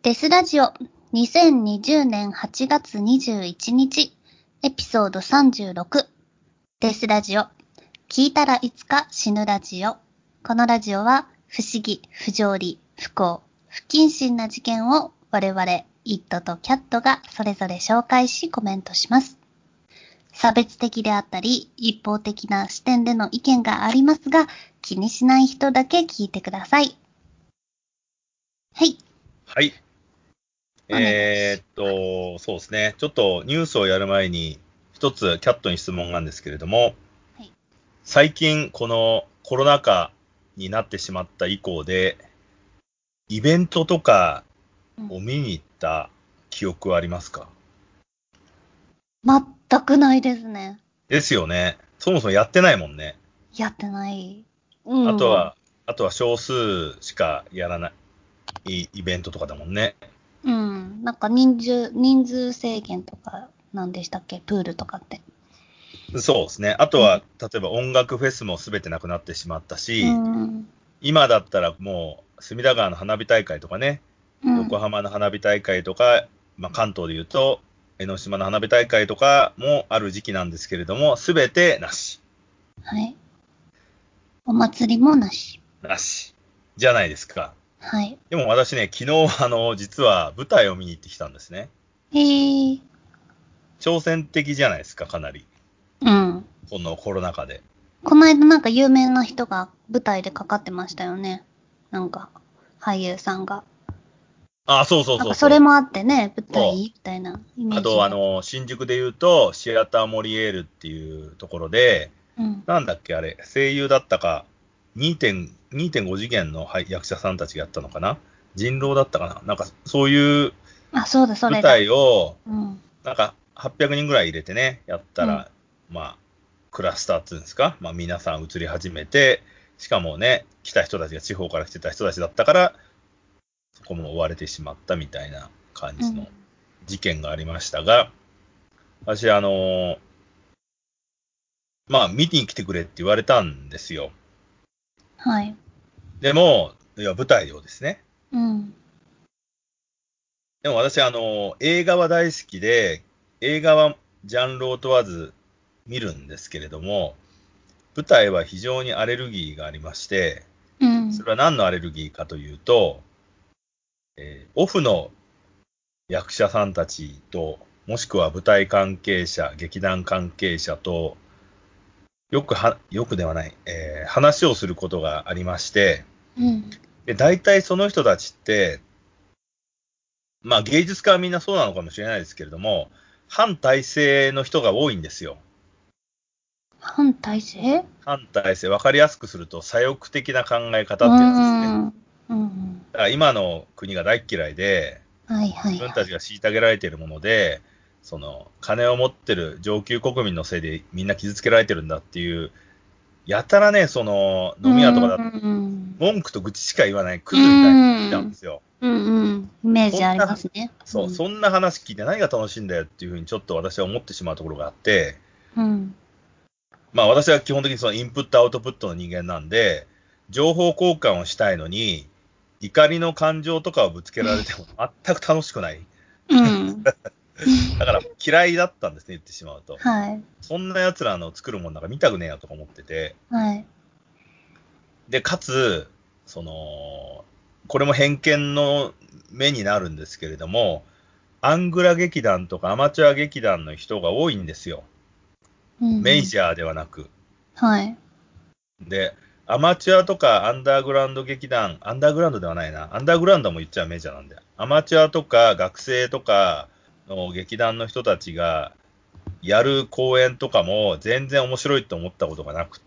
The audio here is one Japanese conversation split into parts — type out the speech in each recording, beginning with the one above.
デスラジオ2020年8月21日エピソード36デスラジオ聞いたらいつか死ぬラジオ。このラジオは不思議、不条理、不幸、不謹慎な事件を我々イットとキャットがそれぞれ紹介しコメントします。差別的であったり一方的な視点での意見がありますが、気にしない人だけ聞いてください。はい。 はい。そうですね。ちょっとニュースをやる前に一つキャットに質問なんですけれども、 はい、 最近このコロナ禍になってしまった以降で、イベントとかを見に行った記憶はありますか？ 全くないですね。 ですよね。そもそもやってないもんね。 やってない。 あとは少数しかやらないイベントとかだもんね。 なんか人数制限とかなんでしたっけ？プールとかって。 そうですね。あとは、例えば音楽フェスもすべてなくなってしまったし、今だったらもう、隅田川の花火大会とかね、横浜の花火大会とか、関東で言うと、江ノ島の花火大会とかもある時期なんですけれども、すべてなし。 はい。お祭りもなし。 なし。じゃないですか。 はい。 でも私ね、昨日、実は舞台を見に行ってきたんですね。 へー。 挑戦的じゃないですか、かなり。 うん。 このコロナ禍で。 この間なんか有名な人が舞台でかかってましたよね。なんか、俳優さんが。 あ、そうそうなんそうそう。 かそれもあってね、舞台そう。 みたいなイメあと、 ージで。 新宿で言うと、シアターモリエールっていうところで、なんだっけ、あれ、声優だったか、2.5次元の役者さんたちがやったのかな、人狼だったかな、なんか、そういうあ、そうだ、そ舞れだ。 台を、 うん。 なんか、800人ぐらい入れてね、やったら、クラスターっていうんですか、皆さん移り始めて、しかもね、来た人たちが地方から来てた人たちだったから、そこも追われてしまったみたいな感じの事件がありましたが、私、見に来てくれって言われたんですよ。 はい。 でも、いや、舞台をですね。 うん。 でも私、映画は大好きで、映画はジャンルを問わず見るんですけれども、舞台は非常にアレルギーがありまして、それは何のアレルギーかというと、オフの役者さんたちと、もしくは舞台関係者、劇団関係者と、よくではない、話をすることがありまして、で、大体その人たちって、芸術家はみんなそうなのかもしれないですけれども、反体制の人が多いんですよ。 反体制？ 反体制、わかりやすくすると、左翼的な考え方ってやつですね。だから今の国が大っ嫌いで、自分たちが虐げられているもので、金を持ってる上級国民のせいでみんな傷つけられてるんだっていう、やたらね、飲み屋とかだと、文句と愚痴しか言わないクズみたいな人がいたんですよ。 イメージありますね。 そんな話聞いて何が楽しいんだよっていうふうにちょっと私は思ってしまうところがあって、私は基本的にそのインプットアウトプットの人間なんで、情報交換をしたいのに、怒りの感情とかをぶつけられても全く楽しくない。だから嫌いだったんですね、言ってしまうと。そんな奴らの作るものなんか見たくねえよとか思ってて。で、かつ、これも偏見の目になるんですけれども、アングラ劇団とかアマチュア劇団の人が多いんですよ。メジャーではなく。で、アマチュアとかアンダーグラウンド劇団、アンダーグラウンドではないな。アンダーグラウンドも言っちゃメジャーなんで。アマチュアとか学生とかの劇団の人たちがやる公演とかも全然面白いと思ったことがなくって、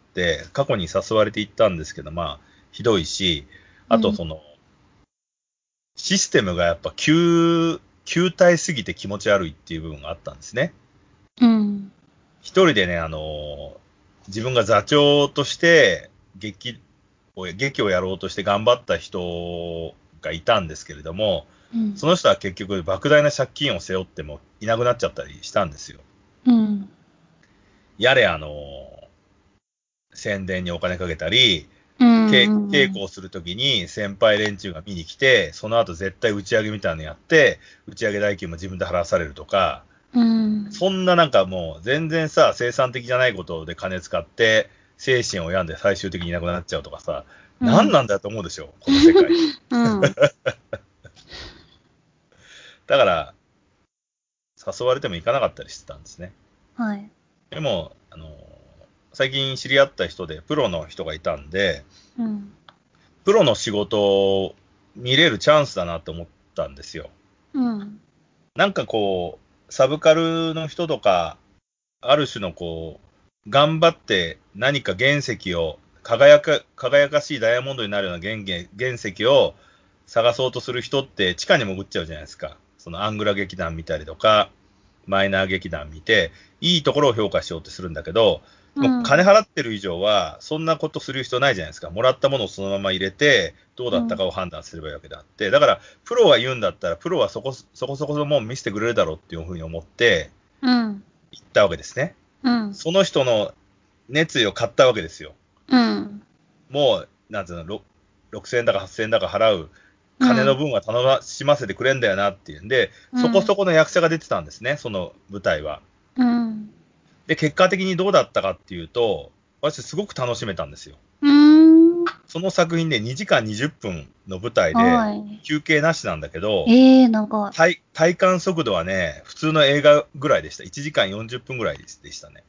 過去に誘われて行ったんですけど、ひどいし、あとシステムがやっぱ球体すぎて気持ち悪いっていう部分があったんですね。一人でね、自分が座長として劇をやろうとして頑張った人がいたんですけれども、その人は結局莫大な借金を背負ってもいなくなっちゃったりしたんですよ。やれ宣伝にお金かけたり、 稽古をするときに先輩連中が見に来て、その後絶対打ち上げみたいなのやって、打ち上げ代金も自分で払わされるとか、そんななんかもう全然さ、生産的じゃないことで金使って、精神を病んで最終的にいなくなっちゃうとかさ、何なんだと思うでしょ、この世界。だから、誘われても行かなかったりしてたんですね。 はい。 でも、最近知り合った人で、プロの人がいたんで、プロの仕事を見れるチャンスだなと思ったんですよ。なんかこう、サブカルの人とか、ある種のこう、頑張って何か原石を、輝かしいダイヤモンドになるような原石を探そうとする人って地下に潜っちゃうじゃないですか。そのアングラ劇団見たりとか、マイナー劇団見て、いいところを評価しようとするんだけど、もう金払ってる以上は、そんなことする必要ないじゃないですか。もらったものをそのまま入れて、どうだったかを判断すればいいわけであって。だから、プロが言うんだったら、プロはそこそこのもん見せてくれるだろうっていうふうに思って、言ったわけですね。その人の熱意を買ったわけですよ。もう、なんつうの、6000円だか8000円だか払う金の分は楽しませてくれんだよなっていうんで、そこそこの役者が出てたんですね、その舞台は。で、結果的にどうだったかっていうと、私すごく楽しめたんですよ。その作品で2時間20分の舞台で、休憩なしなんだけど、体感速度はね、普通の映画ぐらいでした。1時間40分ぐらいでしたね。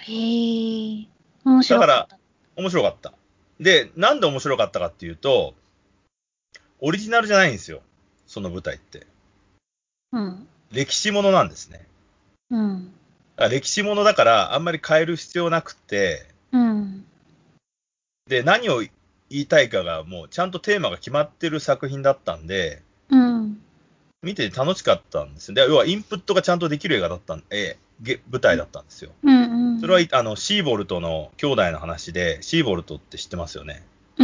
面白かった。 だから、面白かった。で、なんで面白かったかっていうと、オリジナルじゃないんですよ。その舞台って。歴史ものなんですね。歴史ものだから、あんまり変える必要なくて、で、何を言いたいかがもうちゃんとテーマが決まってる作品だったんで、見てて楽しかったんですよ。で、要はインプットがちゃんとできる映画だった舞台だったんですよ。それは、シーボルトの兄弟の話で、シーボルトって知ってますよね。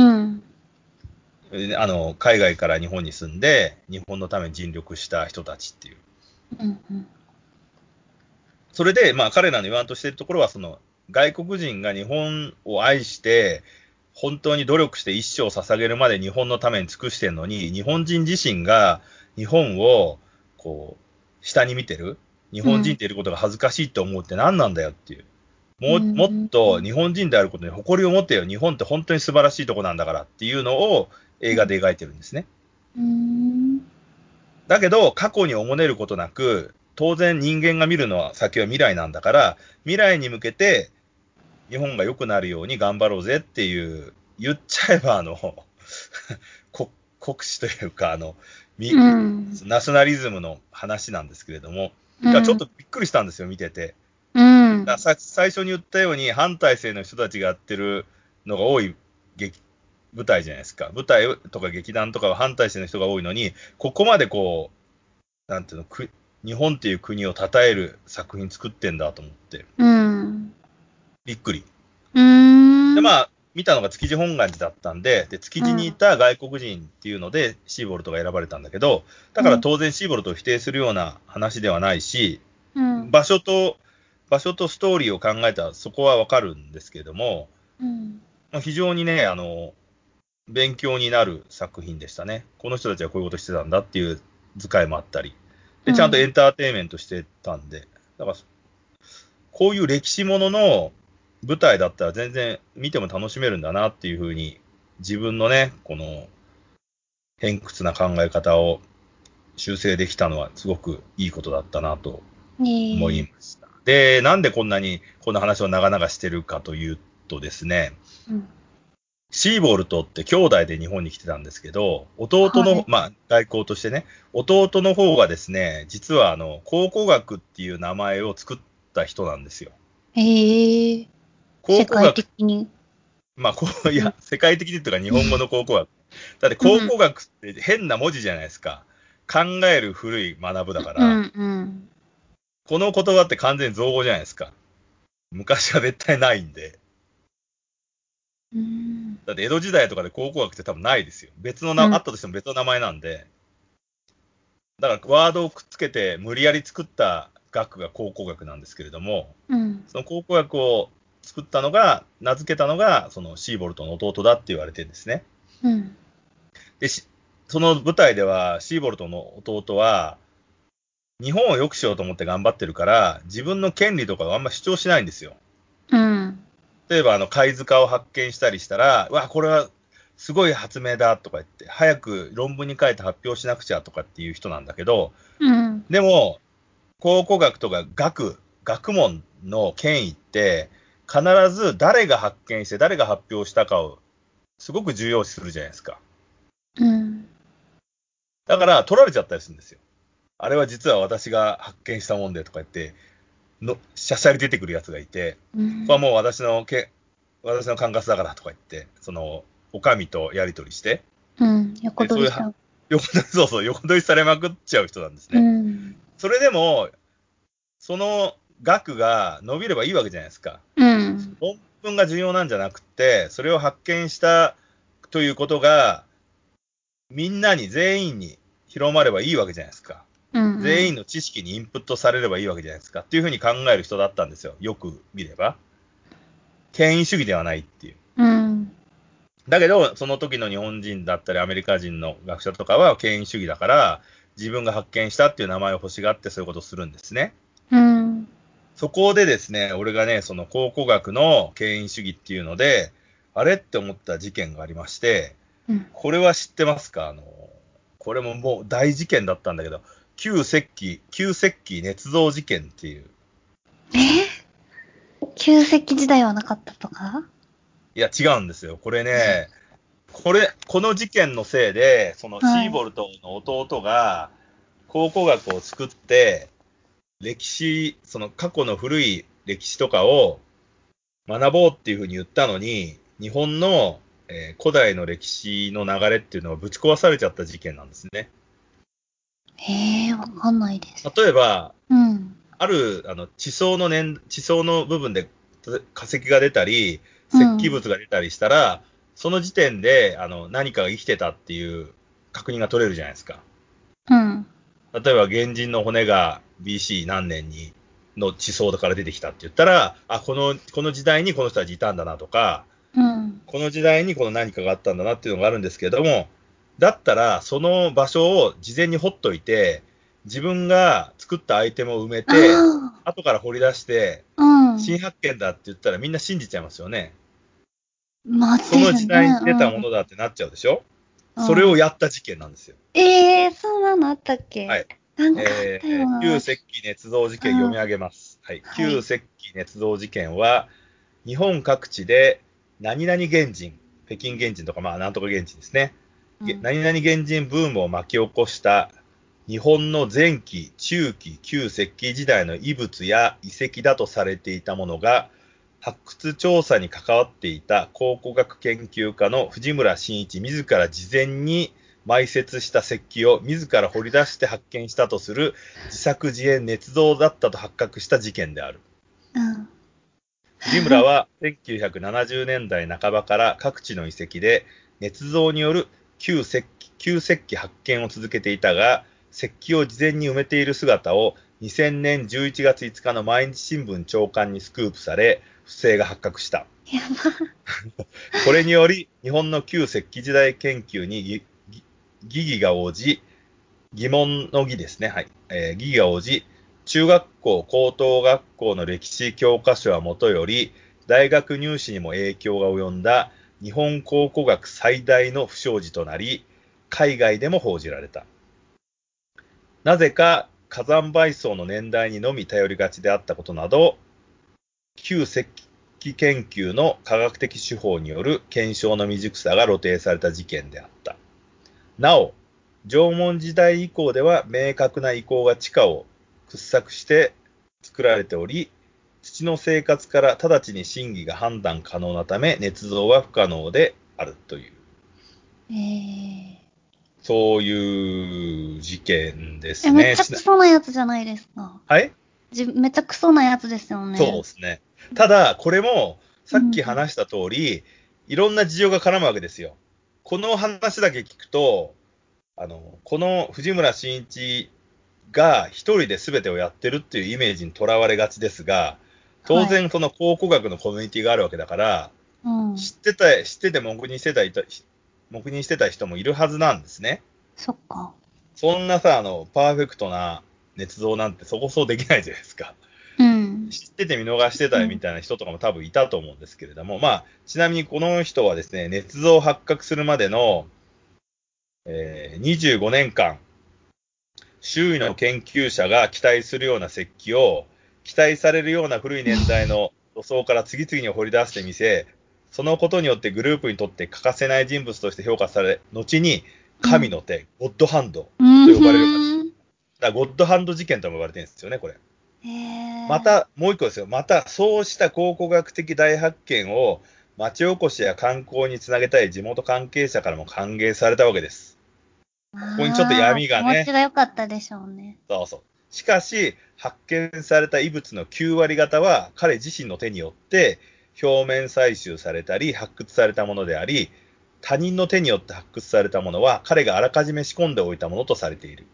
海外から日本に住んで、日本のために尽力した人たちっていう。それで、まあ、彼らの言わんとしているところは、その、外国人が日本を愛して、本当に努力して一生を捧げるまで日本のために尽くしてるのに、日本人自身が日本を、こう、下に見てる。日本人っていることが恥ずかしいと思うって何なんだよっていう。もっと日本人であることに誇りを持ってよ。日本って本当に素晴らしいとこなんだからっていうのを映画で描いてるんですね。だけど、過去におもねることなく、当然人間が見るのは先は未来なんだから、未来に向けて日本が良くなるように頑張ろうぜっていう、言っちゃえば国史というか、ナショナリズムの話なんですけれども、ちょっとびっくりしたんですよ、見てて。最初に言ったように、反体制の人たちがやってるのが多い舞台じゃないですか。舞台とか劇団とかは反体制の人が多いのに、ここまでこう、なんていうの、日本っていう国を称える作品作ってんだと思って。びっくり。で、まあ、見たのが築地本願寺だったんで、築地にいた外国人っていうので、シーボルトが選ばれたんだけど、だから当然シーボルトを否定するような話ではないし、場所とストーリーを考えたらそこはわかるんですけれども、非常にね、勉強になる作品でしたね。この人たちはこういうことしてたんだっていう図解もあったり。で、ちゃんとエンターテインメントしてたんで、だから、こういう歴史ものの舞台だったら全然見ても楽しめるんだなっていうふうに、自分のね、この偏屈な考え方を修正できたのはすごくいいことだったなと思いました。で、なんでこんな話を長々してるかというとですね、シーボルトって兄弟で日本に来てたんですけど、弟の、まあ外交としてね、弟の方がですね、実は考古学っていう名前を作った人なんですよ。 世界的に。 まあ、いや、世界的にというか日本語の考古学。だって考古学って変な文字じゃないですか。考える古い学ぶだから、この言葉って完全に造語じゃないですか。昔は絶対ないんで。だって江戸時代とかで考古学って多分ないですよ。あったとしても別の名前なんで。だからワードをくっつけて無理やり作った学が考古学なんですけれども、その考古学を作ったのが、名付けたのが、そのシーボルトの弟だって言われてるんですね。 うん。 で、その舞台では、シーボルトの弟は、日本を良くしようと思って頑張ってるから、自分の権利とかをあんま主張しないんですよ。 うん。 例えば、貝塚を発見したりしたら、うわ、これはすごい発明だとか言って、早く論文に書いて発表しなくちゃとかっていう人なんだけど、 うん。 でも、考古学とか学問の権威って、必ず誰が発見して誰が発表したかをすごく重要視するじゃないですか。 うん。 だから取られちゃったりするんですよ。あれは実は私が発見したもんでとか言って、しゃしゃり出てくるやつがいて、 うん。 これはもう私の管轄だからとか言って、お上とやり取りして、 うん。横でそういう取りしちゃう。 そうそう、横取りされまくっちゃう人なんですうね。 ん。 それでも、その額が伸びればいいわけじゃないですか。 うん。 論文が重要なんじゃなくて、それを発見したということが、みんなに、全員に広まればいいわけじゃないですか。 うん。 全員の知識にインプットされればいいわけじゃないですか。っていうふうに考える人だったんですよ。よく見れば。権威主義ではないっていう。 うん。 だけど、その時の日本人だったり、アメリカ人の学者とかは権威主義だから、自分が発見したっていう名前を欲しがってそういうことをするんですね。 うん。 そこでですね、俺がね、その考古学の権威主義っていうので、あれって思った事件がありまして、 うん。 これは知ってますか？これももう大事件だったんだけど、旧石器捏造事件っていう。 旧石器時代はなかったとか？ いや、違うんですよ。これね、この事件のせいで、そのはい。 シーボルトの弟が考古学を作って、その過去の古い歴史とかを学ぼうっていうふうに言ったのに、日本の、古代の歴史の流れっていうのはぶち壊されちゃった事件なんですね。 へえ、わかんないです。 例えば、 うん。 ある地層の部分で化石が出たり、石器うん。 物が出たりしたら、その時点で何かが生きてたっていう確認が取れるじゃないですか。 うん。 例えば原人の骨が BC 何年の地層から出てきたって言ったら、この時代にこの人たちいたんだなとか、 うん。 この時代にこの何かがあったんだなっていうのがあるんですけれども、だったらその場所を事前に掘っといて、自分が作ったアイテムを埋めて、 あ後から掘り出して、 あ、うん。 新発見だって言ったらみんな信じちゃいますよね。 まあ、 その時ですね。 代に出たもうん。 のだってなっちゃうでしょ？それをうん。 やった事件なんですよ。 ええー、そんなのあったっけ？ はい。 なんかあったよ旧な。 石器捏造事件読みうん。 上げます。はい。 はい。 旧石器捏造事件は、日本各地で何々原人、北京原人とか、まあ、なんとか原人ですね。 うん。 何々原人ブームを巻き起こした日本の前期、中期、旧石器時代の遺物や遺跡だとされていたものが、発掘調査に関わっていた考古学研究家の藤村真一自ら事前に埋設した石器を自ら掘り出して発見したとする自作自演捏造だったと発覚した事件である。 うん。 藤村は1970年代半ばから各地の遺跡で捏造による旧石器発見を続けていたが、石器を事前に埋めている姿を2000年11月5日の毎日新聞朝刊にスクープされ、不正が発覚した。 やば。 これにより、日本の旧石器時代研究に疑義が生じ、疑問の疑ですね。はい。疑義が生じ、中学校、高等学校の歴史教科書はもとより、大学入試にも影響が及んだ日本考古学最大の不祥事となり、海外でも報じられた。なぜか火山灰層の年代にのみ頼りがちであったことなど、旧石器研究の科学的手法による検証の未熟さが露呈された事件であった。なお、縄文時代以降では明確な遺構が地下を掘削して作られており、土の生活から直ちに真偽が判断可能なため、捏造は不可能であるという、そういう事件でえ、 すね。 めっちゃクソなやつじゃないですか。 はい？ めっちゃクソなやつですよそうでね。 すね。ただ、これも、さっうん。 き話した通り、いろんな事情が絡むわけですよ。この話だけ聞くと、この藤村真一が一人で全てをやってるっていうイメージにとらわれがちですが、 当然その考古学のコミュニティがあるわけだから、知ってて黙認してた人もいるはずなんですね。 そっか。 そんなさ、パーフェクトな捏造なんてそこそうできないじゃないですか。知ってて見逃してたみたいな人とかも多分いたと思うんですけれども、まあ、ちなみにこの人はですね、捏造発覚するまでの、25年間、周囲の研究者が期待するような石器を、期待されるような古い年代の土層から次々に掘り出してみせ、そのことによってグループにとって欠かせない人物として評価され、後に神の手、ゴッドハンドと呼ばれるようになった。だからゴッドハンド事件とも呼ばれてるんですよね、これ。また、もう一個ですよ。また、そうした考古学的大発見を町おこしや観光につなげたい地元関係者からも歓迎されたわけです。ここにちょっと闇がね。 気持ちが良かったでしょうね。 そうそう。しかし、発見された遺物の9割方は彼自身の手によって表面採集されたり発掘されたものであり、他人の手によって発掘されたものは彼があらかじめ仕込んでおいたものとされている。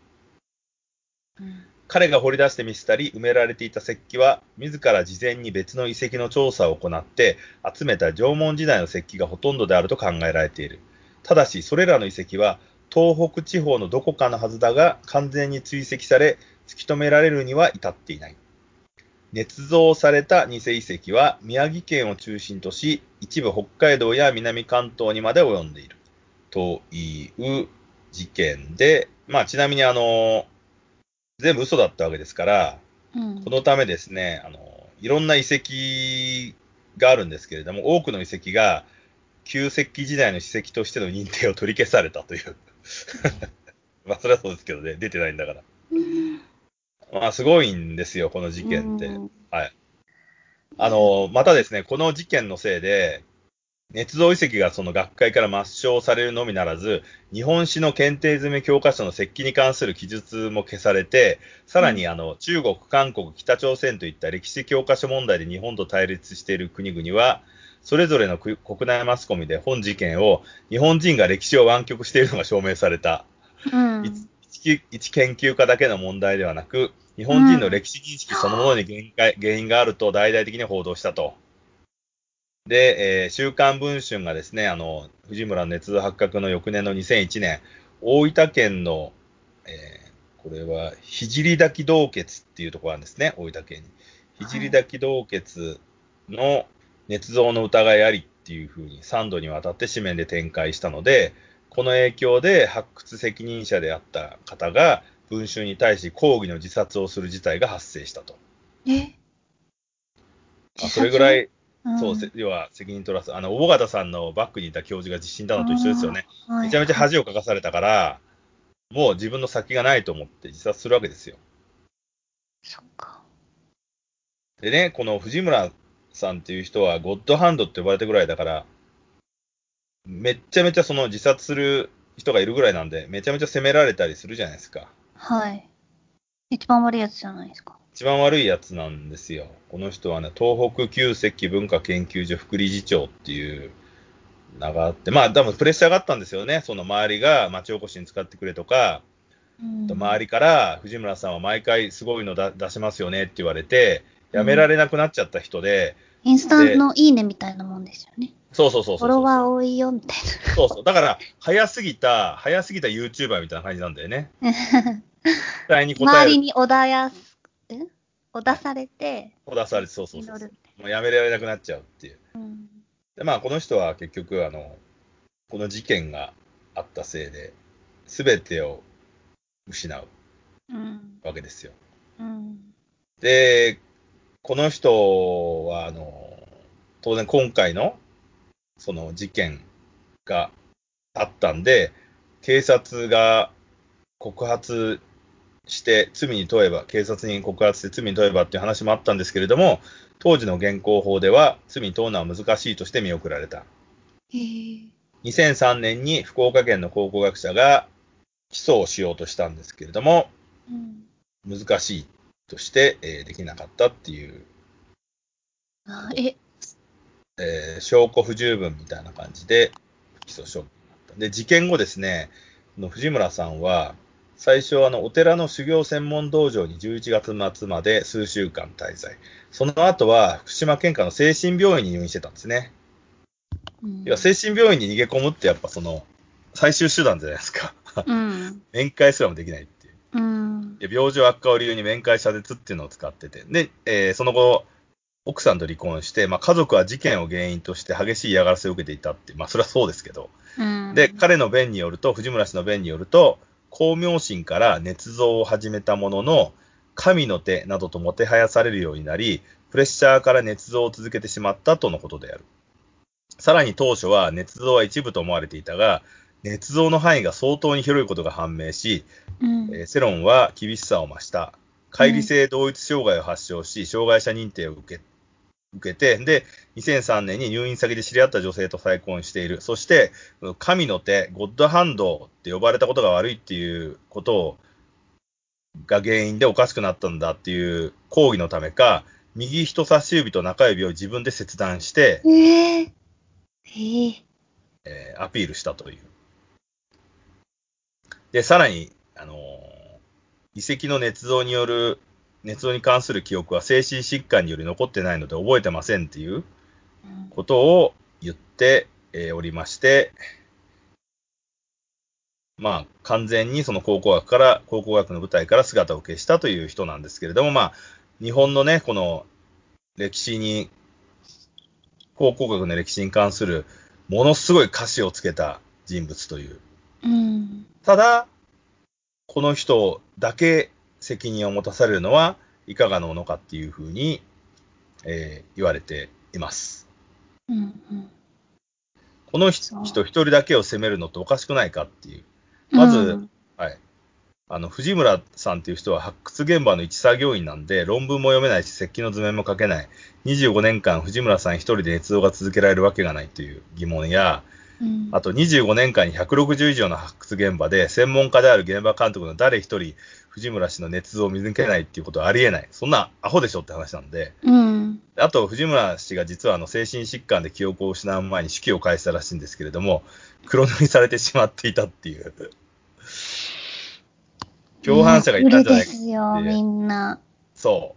彼が掘り出して見せたり埋められていた石器は自ら事前に別の遺跡の調査を行って集めた縄文時代の石器がほとんどであると考えられている。ただし、それらの遺跡は東北地方のどこかのはずだが完全に追跡され突き止められるには至っていない。捏造された偽遺跡は宮城県を中心とし、一部北海道や南関東にまで及んでいるという事件で、まあちなみに全部嘘だったわけですから、このためですね、いろんな遺跡があるんですけれども、多くの遺跡が旧石器時代の史跡としての認定を取り消されたという。まあそれはそうですけどね、出てないんだから。まあすごいんですよ、この事件って。はい。またですね、この事件のせいで、捏造遺跡がその学会から抹消されるのみならず、日本史の検定済み教科書の石器に関する記述も消されて、さらに中国、韓国、北朝鮮といった歴史教科書問題で日本と対立している国々は、それぞれの国内マスコミで本事件を日本人が歴史を湾曲しているのが証明された。一研究家だけの問題ではなく、日本人の歴史認識そのものに原因があると大々的に報道したと。で、週刊文春がですね、藤村捏造発覚の翌年の2001年、大分県の、これは、聖滝洞穴っていうところなんですね、大分県に。聖滝洞穴の捏造の疑いありっていうふうに3度にわたって紙面で展開したので、この影響で発掘責任者であった方が文春に対し抗議の自殺をする事態が発生したと。それぐらい、そう、要は責任取らす。小形さんのバックにいた教授が地震だのと一緒ですよね。めちゃめちゃ恥をかかされたから、もう自分の先がないと思って自殺するわけですよ。 そっか。 でね、この藤村さんっていう人はゴッドハンドって呼ばれたぐらいだから、めっちゃめちゃその自殺する人がいるぐらいなんで、めちゃめちゃ責められたりするじゃないですか。 はい。一番悪いやつじゃないですか。 一番悪いやつなんですよ。この人はね、東北旧石器文化研究所副理事長っていう名があって、まあ多分プレッシャーがあったんですよね。その周りが町おこしに使ってくれとか、周りから藤村さんは毎回すごいの出しますよねって言われて、やめられなくなっちゃった人で。 インスタのいいねみたいなもんですよね。 そう。 フォロワー多いよみたいな。そう。だから、早すぎた YouTuber みたいな感じなんだよね。 周りにおだされて。 おだされて、そう。もうやめられなくなっちゃうっていう。で、まあ、この人は結局、この事件があったせいで、すべてを失うわけですよ。で、この人は、当然今回の、その事件があったんで、警察が告発して罪に問えば、警察に告発して罪に問えばっていう話もあったんですけれども、当時の現行法では罪に問うのは難しいとして見送られた。2003年に福岡県の考古学者が起訴をしようとしたんですけれども、難しいとして、できなかったっていう。証拠不十分みたいな感じで不起訴処分になった。で、事件後ですね、藤村さんは最初はお寺の修行専門道場に11月末まで数週間滞在。その後は福島県下の精神病院に入院してたんですね。要は精神病院に逃げ込むってやっぱ最終手段じゃないですか。面会すらもできないっていう。で病状悪化を理由に面会謝絶っていうのを使ってて。で、その後、奥さんと離婚して、家族は事件を原因として激しい嫌がらせを受けていたって、それはそうですけど。で、彼の弁によると、藤村氏の弁によると、光明心から捏造を始めたものの、神の手などともてはやされるようになり、プレッシャーから捏造を続けてしまったとのことである。さらに当初は捏造は一部と思われていたが、捏造の範囲が相当に広いことが判明し、世論は厳しさを増した。乖離性同一障害を発症し、障害者認定を受けて、で、2003年に入院先で知り合った女性と再婚している。そして、神の手、ゴッドハンドって呼ばれたことが悪いっていうことが原因でおかしくなったんだっていう抗議のためか、右人差し指と中指を自分で切断して、アピールしたという。で、さらに、遺跡の捏造に関する記憶は精神疾患により残ってないので覚えてませんっていうことを言っておりまして、完全にその考古学の舞台から姿を消したという人なんですけれども、日本のね、この考古学の歴史に関するものすごい歌詞をつけた人物という。ただ、この人だけ責任を持たされるのはいかがなものかっていうふうに、言われています。この人一人だけを責めるのっておかしくないかっていう。まず、藤村さんっていう人は発掘現場の一作業員なんで、論文も読めないし、石器の図面も書けない。25年間藤村さん一人で捏造が続けられるわけがないという疑問や、あと25年間に160以上の発掘現場で、専門家である現場監督の誰一人、藤村氏の捏造を見抜けないっていうことはありえない。そんなアホでしょって話なんで。あと、藤村氏が実は精神疾患で記憶を失う前に手記を返したらしいんですけれども、黒塗りされてしまっていたっていう。共犯者がいたんじゃないかって。 ですよ、みんな。 そう。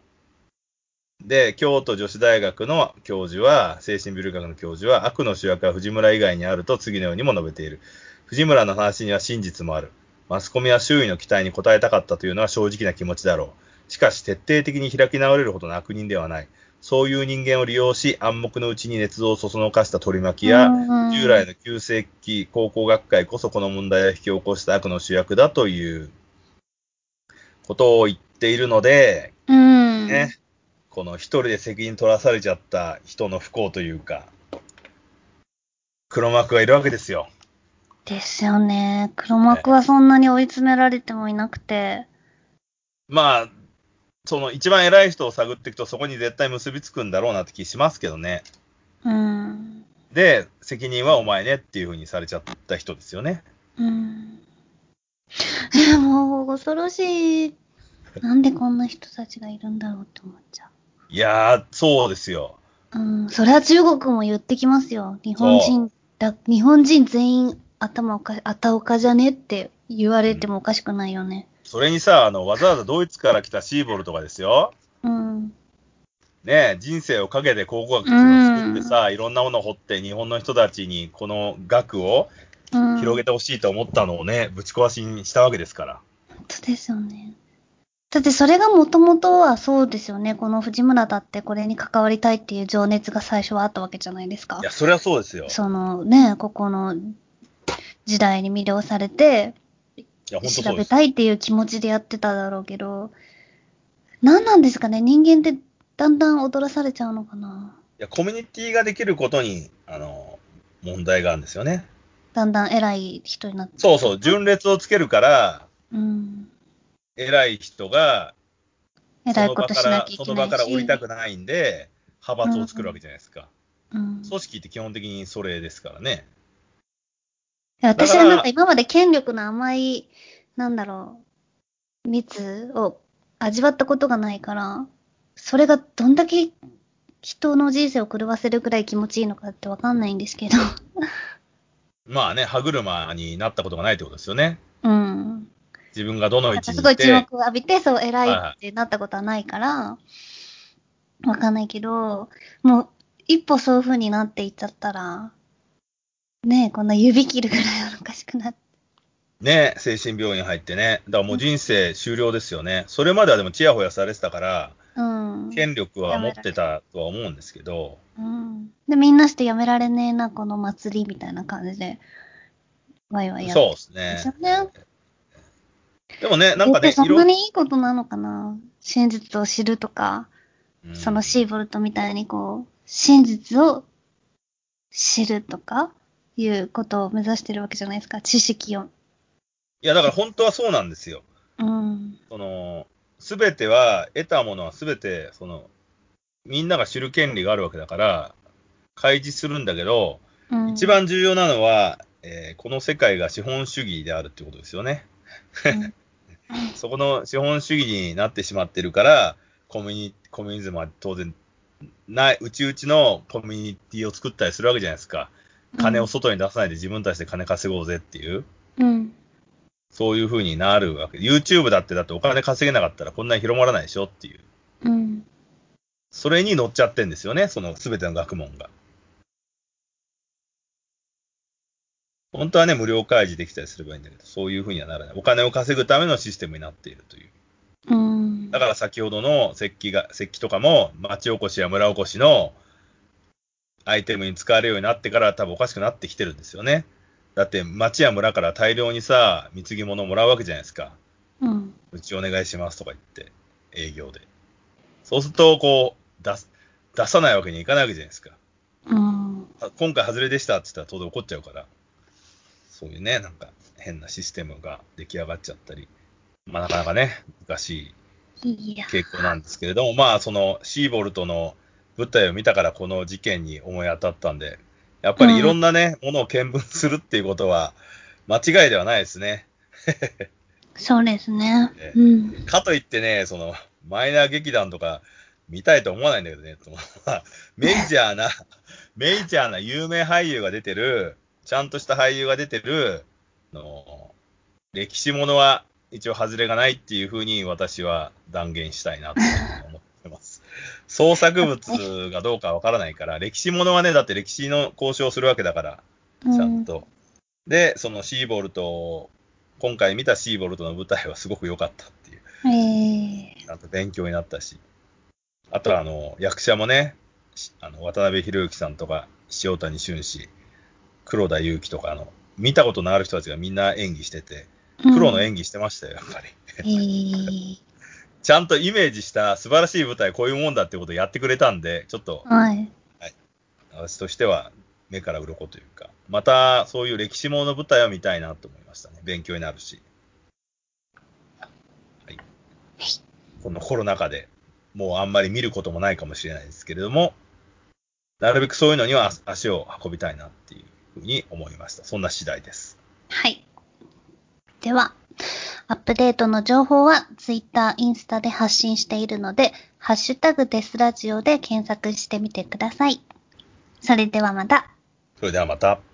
で、京都女子大学の教授は、精神病理学の教授は、悪の主役は藤村以外にあると次のようにも述べている。藤村の話には真実もある。マスコミは周囲の期待に応えたかったというのは正直な気持ちだろう。しかし、徹底的に開き直れるほどの悪人ではない。そういう人間を利用し、暗黙のうちに捏造をそそのかした取り巻きや、従来の旧世紀考古学会こそこの問題を引き起こした悪の主役だということを言っているので、ね、この一人で責任取らされちゃった人の不幸というか、黒幕がいるわけですよ。 ですよね。黒幕はそんなに追い詰められてもいなくて。 その一番偉い人を探っていくとそこに絶対結びつくんだろうなって気しますけどね。で、責任はお前ねっていう風にされちゃった人ですよね。 もう恐ろしい。なんでこんな人たちがいるんだろうって思っちゃう。 いやー、そうですよ。 それは中国も言ってきますよ。日本人全員あたおかじゃねって言われてもおかしくないよね。 それにさ、わざわざドイツから来たシーボルとかですよ。ねえ、人生をかけて考古学っていうのを作ってさ、いろんなものを掘って日本の人たちにこの学を広げてほしいと思ったのをね、ぶち壊しにしたわけですから。 本当ですよね。だってそれがもともとはそうですよね。この藤村だってこれに関わりたいっていう情熱が最初はあったわけじゃないですか。 いや、それはそうですよ。 ここの時代に魅了されて、調べたいっていう気持ちでやってただろうけど、何なんですかね、人間ってだんだん踊らされちゃうのかな。 いや、コミュニティができることに、問題があるんですよね。 だんだん偉い人になって。 そうそう、順列をつけるから、偉い人が、 偉いことしなきゃいけないし、 その場から降りたくないんで、派閥を作るわけじゃないですか。組織って基本的にそれですからね。 私はなんか今まで権力の甘い、蜜を味わったことがないから、それがどんだけ人の人生を狂わせるくらい気持ちいいのかってわかんないんですけど。 まあね、歯車になったことがないってことですよね。 自分がどの位置にいて。 すごい注目を浴びて、そう、偉いってなったことはないから、わかんないけど、もう、一歩そういう風になっていっちゃったら、ねえ、こんな指切るぐらいはおかしくなって。 ね、精神病院入ってね。だからもう人生終了ですよね。それまではでもチヤホヤされてたから、権力は持ってたとは思うんですけど。 で、みんなしてやめられねえな、この祭りみたいな感じで、ワイワイやってるんですよね。 でもね、なんかね、 そんなにいいことなのかな、真実を知るとか、そのシーボルトみたいにこう、真実を知るとかいうことを目指してるわけじゃないですか、知識を。 いや、だから本当はそうなんですよ。すべては、得たものはすべて、みんなが知る権利があるわけだから、開示するんだけど、一番重要なのは、この世界が資本主義であるってことですよね。そこの資本主義になってしまってるから、コミュニズムは当然うちのコミュニティを作ったりするわけじゃないですか。金を外に出さないで自分たちで金稼ごうぜっていう。そういう風になるわけ。YouTube だってお金稼げなかったらこんなに広まらないでしょっていう。それに乗っちゃってんですよね、その全ての学問が。本当はね、無料開示できたりすればいいんだけど、そういう風にはならない。お金を稼ぐためのシステムになっているという。だから先ほどの石器とかも、町おこしや村おこしのアイテムに使われるようになってから多分おかしくなってきてるんですよね。だって町や村から大量にさ、貢ぎ物をもらうわけじゃないですか。うちお願いしますとか言って、営業で。そうすると、こう、出さないわけにいかないわけじゃないですか。今回外れでしたって言ったら当然怒っちゃうから、そういうね、なんか変なシステムが出来上がっちゃったり、まあなかなかね、難しい傾向なんですけれども、まあそのシーボルトの舞台を見たからこの事件に思い当たったんで、やっぱりいろんなね、ものを見聞するっていうことは間違いではないですね。 そうですね。 かといってね、マイナー劇団とか見たいと思わないんだけどね、メジャーな有名俳優が出てる、ちゃんとした俳優が出てる、歴史ものは一応外れがないっていうふうに私は断言したいなと思ってます。創作物がどうかわからないから、歴史ものはね、だって歴史の交渉するわけだから、ちゃんと。で、そのシーボルト、今回見たシーボルトの舞台はすごく良かったっていう。ちゃんと勉強になったし。あとは役者もね、渡辺裕之さんとか、塩谷俊氏、黒田祐希とか見たことのある人たちがみんな演技してて、プロの演技してましたよ、やっぱり。ちゃんとイメージした素晴らしい舞台、こういうもんだってことをやってくれたんで、ちょっと、私としては目から鱗というか、またそういう歴史ものの舞台を見たいなと思いましたね。勉強になるし。はい。このコロナ禍でもうあんまり見ることもないかもしれないですけれども、なるべくそういうのには足を運びたいなっていうふうに思いました。そんな次第です。 はい。では、アップデートの情報はツイッター、インスタで発信しているので、ハッシュタグデスラジオで検索してみてください。それではまた。 それではまた。